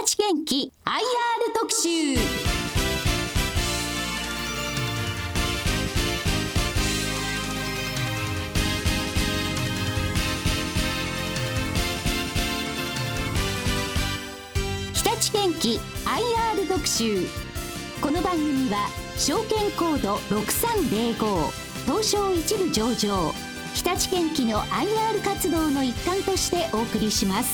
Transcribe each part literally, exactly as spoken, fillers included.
立元気 アイアール 特集。日立元気 アイアール 特集。この番組は証券コードろくさんぜろご東証一部上場日立元気の アイアール 活動の一環としてお送りします。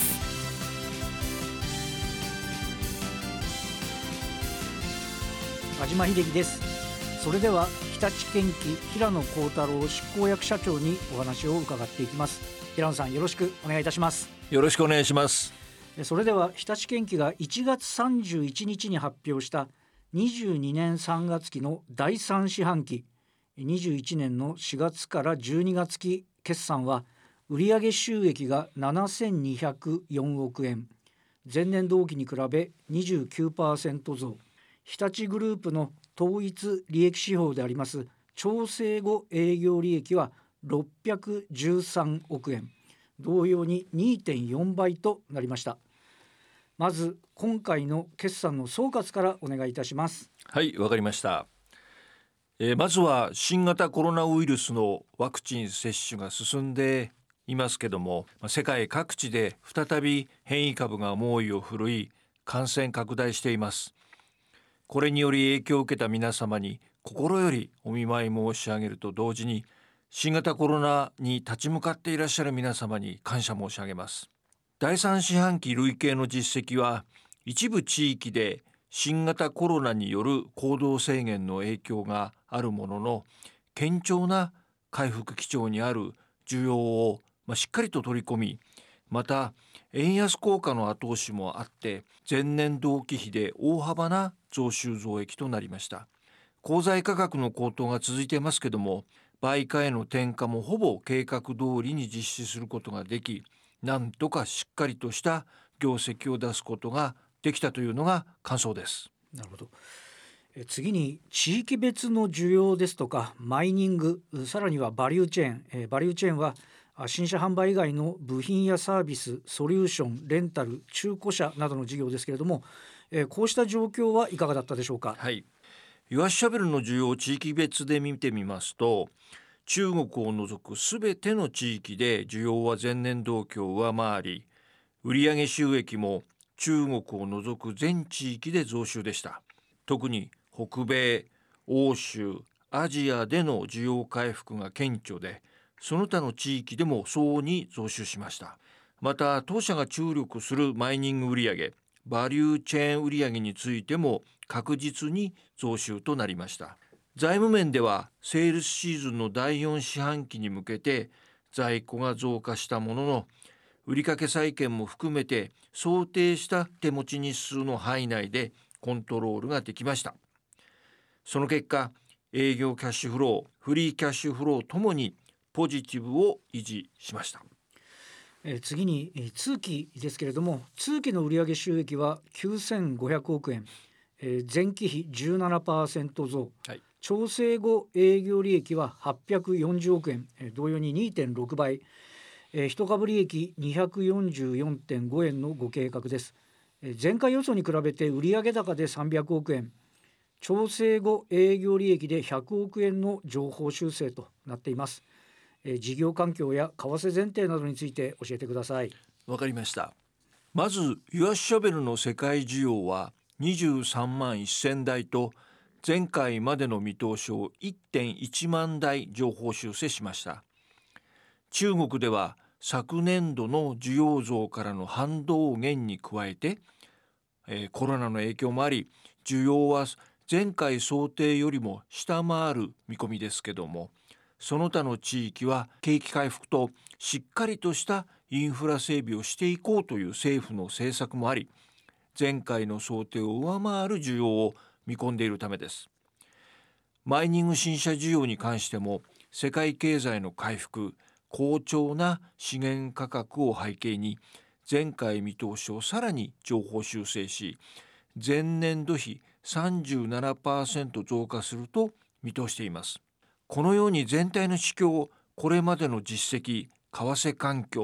安島秀樹です。それでは日立元気平野幸太郎執行役社長にお話を伺っていきます。平野さん、よろしくお願いいたします。 よろしくお願いします。 それでは日立元気がいちがつさんじゅういちにちに発表したにじゅうにねんさんがつきのだいさん四半期、にじゅういちねんのしがつからじゅうにがつ期決算は、売上収益がななせんにひゃくよんおくえん、前年同期に比べ にじゅうきゅうパーセント 増、日立グループの統一利益指標であります調整後営業利益はろっぴゃくじゅうさんおくえん、同様に にてんよんばいとなりました。まず今回の決算の総括からお願いいたします。 はい、わかりました。えー、まずは新型コロナウイルスのワクチン接種が進んでいますけども、世界各地で再び変異株が猛威を振るい感染拡大しています。これにより影響を受けた皆様に心よりお見舞い申し上げると同時に、新型コロナに立ち向かっていらっしゃる皆様に感謝申し上げます。だいさん四半期累計の実績は、一部地域で新型コロナによる行動制限の影響があるものの、堅調な回復基調にある需要をまあしっかりと取り込み、また円安効果の後押しもあって前年同期比で大幅な増収増益となりました。鋼材価格の高騰が続いていますけども、売価への転嫁もほぼ計画通りに実施することができ、なんとかしっかりとした業績を出すことができたというのが感想です。 なるほど。え次に地域別の需要ですとかマイニング、さらにはバリューチェーン、えバリューチェーンは新車販売以外の部品やサービス、ソリューション、レンタル、中古車などの事業ですけれども、えこうした状況はいかがだったでしょうか。 はい、ユアシャベルの需要を地域別で見てみますと、中国を除くすべての地域で需要は前年同期を上回り、売上収益も中国を除く全地域で増収でした。特に北米、欧州、アジアでの需要回復が顕著で、その他の地域でも相応に増収しました。また当社が注力するマイニング売上、バリューチェーン売上についても確実に増収となりました。財務面ではセールスシーズンのだいよん四半期に向けて在庫が増加したものの、売掛債券も含めて想定した手持ち日数の範囲内でコントロールができました。その結果、営業キャッシュフロー、フリーキャッシュフローともにポジティブを維持しました。 え次に通期ですけれども、通期の売上収益はきゅうせんごひゃくおくえん、え前期比 じゅうななパーセント 増、はい、調整後営業利益ははっぴゃくよんじゅうおくえん、え同様に にてんろくばい、え一株利益にひゃくよんじゅうよんてんごえんのご計画です。え前回予想に比べて売上高でさんびゃくおくえん、調整後営業利益でひゃくおくえんの上方修正となっています。え事業環境や為替前提などについて教えてください。 わかりました。まずユアシャベルの世界需要はにじゅうさんまんせんだいと、前回までの見通しを いってんいちまんだい上方修正しました。中国では昨年度の需要増からの反動減に加えて、えー、コロナの影響もあり、需要は前回想定よりも下回る見込みですけども、その他の地域は景気回復としっかりとしたインフラ整備をしていこうという政府の政策もあり、前回の想定を上回る需要を見込んでいるためです。マイニング新車需要に関しても、世界経済の回復、好調な資源価格を背景に前回見通しをさらに上方修正し、前年度比 さんじゅうななパーセント 増加すると見通しています。このように全体の指標、これまでの実績、為替環境、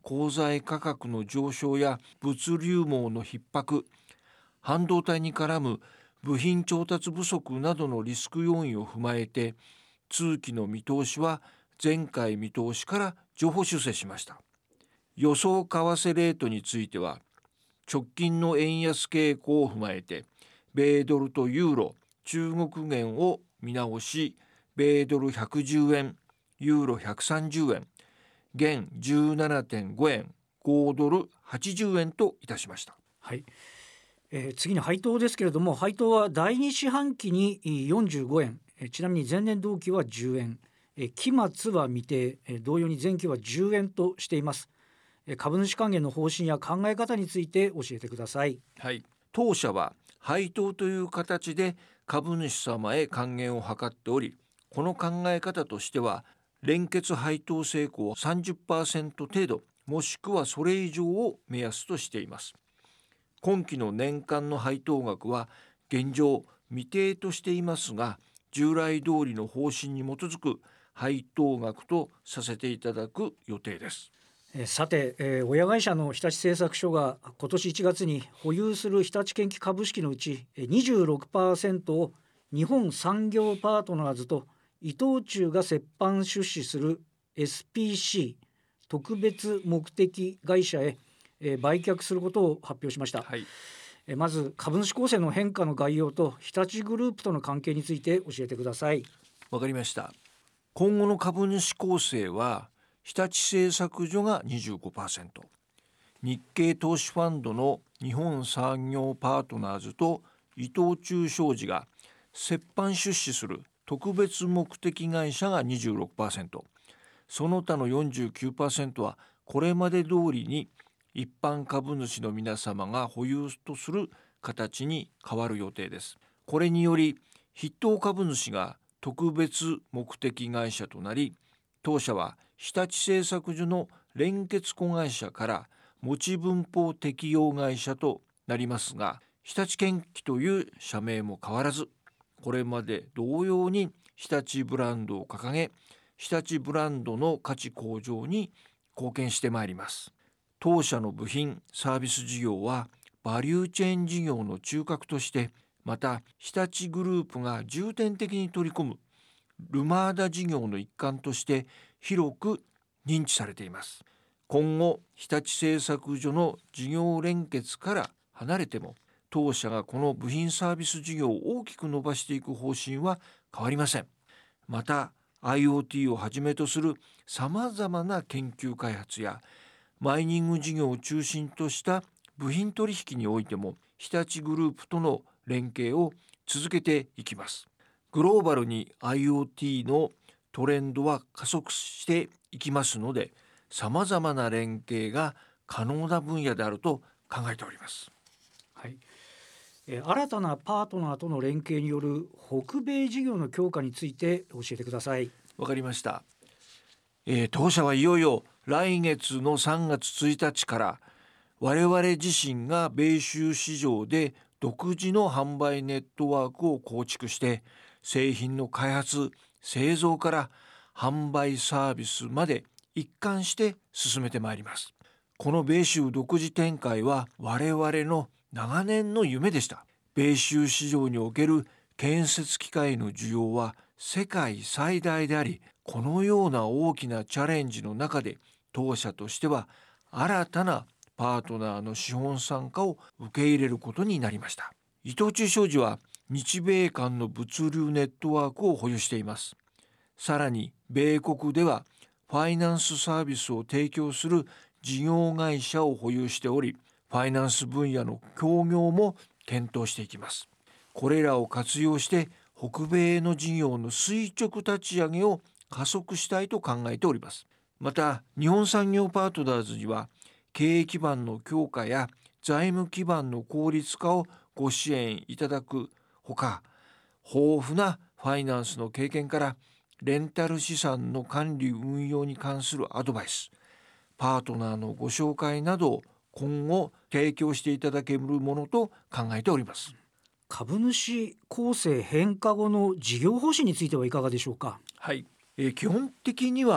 鋼材価格の上昇や物流網の逼迫、半導体に絡む部品調達不足などのリスク要因を踏まえて、通期の見通しは前回見通しから上方修正しました。予想為替レートについては、直近の円安傾向を踏まえて、米ドルとユーロ、中国元を見直し、米ドルひゃくじゅうえん、ユーロひゃくさんじゅうえん、元 じゅうななてんごえん、ごドルはちじゅうえんといたしました。 はい、えー、次に配当ですけれども、配当はだいに四半期によんじゅうごえん、えー、ちなみに前年同期はじゅうえん、えー、期末は未定、えー、同様に前期はじゅうえんとしています。えー、株主還元の方針や考え方について教えてください。 はい、当社は配当という形で株主様へ還元を図っており、この考え方としては連結配当成功 さんじゅっパーセント 程度、もしくはそれ以上を目安としています。今期の年間の配当額は現状未定としていますが、従来通りの方針に基づく配当額とさせていただく予定です。 えー、さて、えー、親会社の日立製作所が今年いちがつに保有する日立建機株式のうち にじゅうろくパーセント を日本産業パートナーズと伊藤忠が折半出資する エスピーシー 特別目的会社へ、えー、売却することを発表しました。 はい、 えー、まず株主構成の変化の概要と日立グループとの関係について教えてください。 わかりました。今後の株主構成は日立製作所が にじゅうごパーセント、 日系投資ファンドの日本産業パートナーズと伊藤忠商事が折半出資する特別目的会社が にじゅうろくパーセント、 その他の よんじゅうきゅうパーセント はこれまで通りに一般株主の皆様が保有とする形に変わる予定です。これにより筆頭株主が特別目的会社となり、当社は日立製作所の連結子会社から持ち分法適用会社となりますが、日立建機という社名も変わらず、これまで同様に日立ブランドを掲げ、日立ブランドの価値向上に貢献してまいります。当社の部品サービス事業はバリューチェーン事業の中核として、また日立グループが重点的に取り組むルマーダ事業の一環として広く認知されています。今後日立製作所の事業連結から離れても、当社がこの部品サービス事業を大きく伸ばしていく方針は変わりません。また アイオーティー をはじめとするさまざまな研究開発やマイニング事業を中心とした部品取引においても日立グループとの連携を続けていきます。グローバルに アイオーティー のトレンドは加速していきますので、さまざまな連携が可能な分野であると考えております。 はい、えー、新たなパートナーとの連携による北米事業の強化について教えてください。 わかりました。えー、当社はいよいよ来月のさんがつついたちから我々自身が米州市場で独自の販売ネットワークを構築して、製品の開発・製造から販売サービスまで一貫して進めてまいります。この米州独自展開は我々の長年の夢でした。米州市場における建設機械の需要は世界最大であり、このような大きなチャレンジの中で当社としては新たなパートナーの資本参加を受け入れることになりました。伊藤忠商事は日米間の物流ネットワークを保有しています。さらに米国ではファイナンスサービスを提供する事業会社を保有しており、ファイナンス分野の協業も検討していきます。これらを活用して北米の事業の垂直立ち上げを加速したいと考えております。また日本産業パートナーズには経営基盤の強化や財務基盤の効率化をご支援いただくほか、豊富なファイナンスの経験からレンタル資産の管理運用に関するアドバイス、パートナーのご紹介などを今後提供していただけるものと考えております。 株主構成変化後の事業方針についてはいかがでしょうか。 はい、えー、基本的には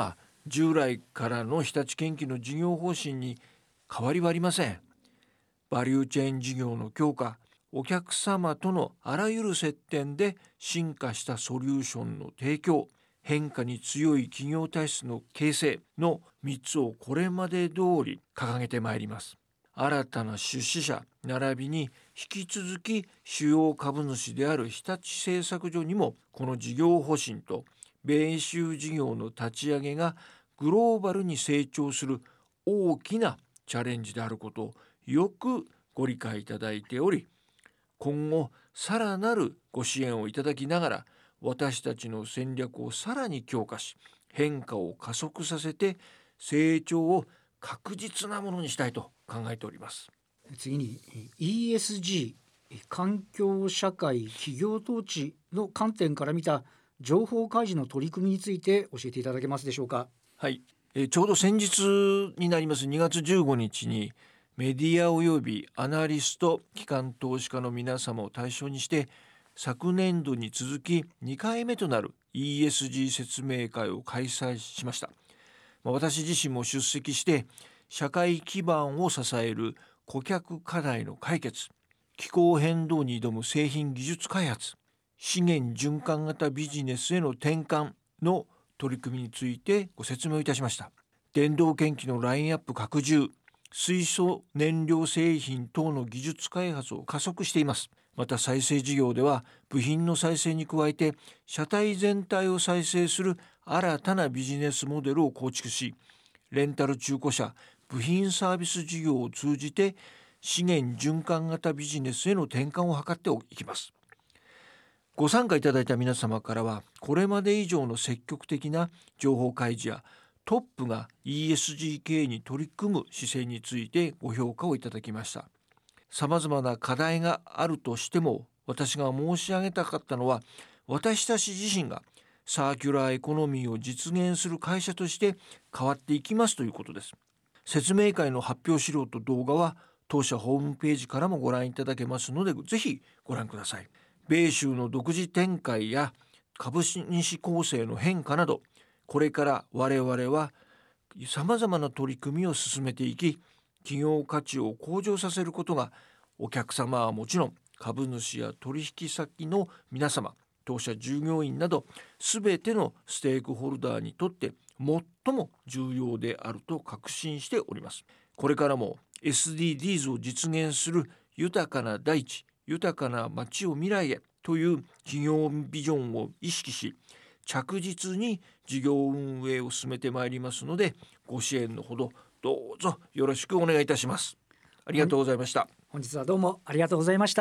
従来からの日立建機の事業方針に変わりはありません。バリューチェーン事業の強化、お客様とのあらゆる接点で進化したソリューションの提供、変化に強い企業体質の形成のみっつをこれまで通り掲げてまいります。新たな出資者並びに引き続き主要株主である日立製作所にもこの事業方針と米州事業の立ち上げがグローバルに成長する大きなチャレンジであることをよくご理解いただいており、今後さらなるご支援をいただきながら私たちの戦略をさらに強化し、変化を加速させて成長を確実なものにしたいと考えております。 次に イーエスジー 環境社会企業統治の観点から見た情報開示の取り組みについて教えていただけますでしょうか。 はい、えちょうど先日になりますにがつじゅうごにちにメディアおよびアナリスト機関投資家の皆様を対象にして昨年度に続きにかいめとなる イーエスジー 説明会を開催しました。私自身も出席して社会基盤を支える顧客課題の解決、気候変動に挑む製品技術開発、資源循環型ビジネスへの転換の取り組みについてご説明をいたしました。電動研機のラインアップ拡充、水素燃料製品等の技術開発を加速しています。また再生事業では部品の再生に加えて車体全体を再生する新たなビジネスモデルを構築し、レンタル中古車部品サービス事業を通じて資源循環型ビジネスへの転換を図っていきます。ご参加いただいた皆様からはこれまで以上の積極的な情報開示やトップが イーエスジー 経営に取り組む姿勢についてご評価をいただきました。さまざまな課題があるとしても私が申し上げたかったのは、私たち自身がサーキュラーエコノミーを実現する会社として変わっていきますということです。説明会の発表資料と動画は当社ホームページからもご覧いただけますのでぜひご覧ください。米州の独自展開や株主構成の変化など、これから我々はさまざまな取り組みを進めていき、企業価値を向上させることがお客様はもちろん株主や取引先の皆様、当社従業員などすべてのステークホルダーにとって最も重要であると確信しております。これからも エスディージーズ を実現する豊かな大地、豊かな街を未来へという企業ビジョンを意識し、着実に事業運営を進めてまいりますので、ご支援のほどどうぞよろしくお願いいたします。ありがとうございました。 本日はどうもありがとうございました。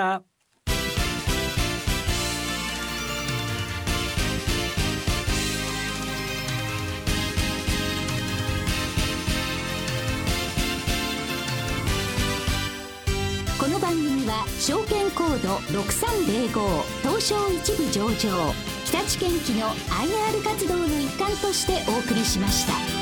この番組は証券コードろくさんぜろご東証一部上場日立建機の アイアール 活動の一環としてお送りしました。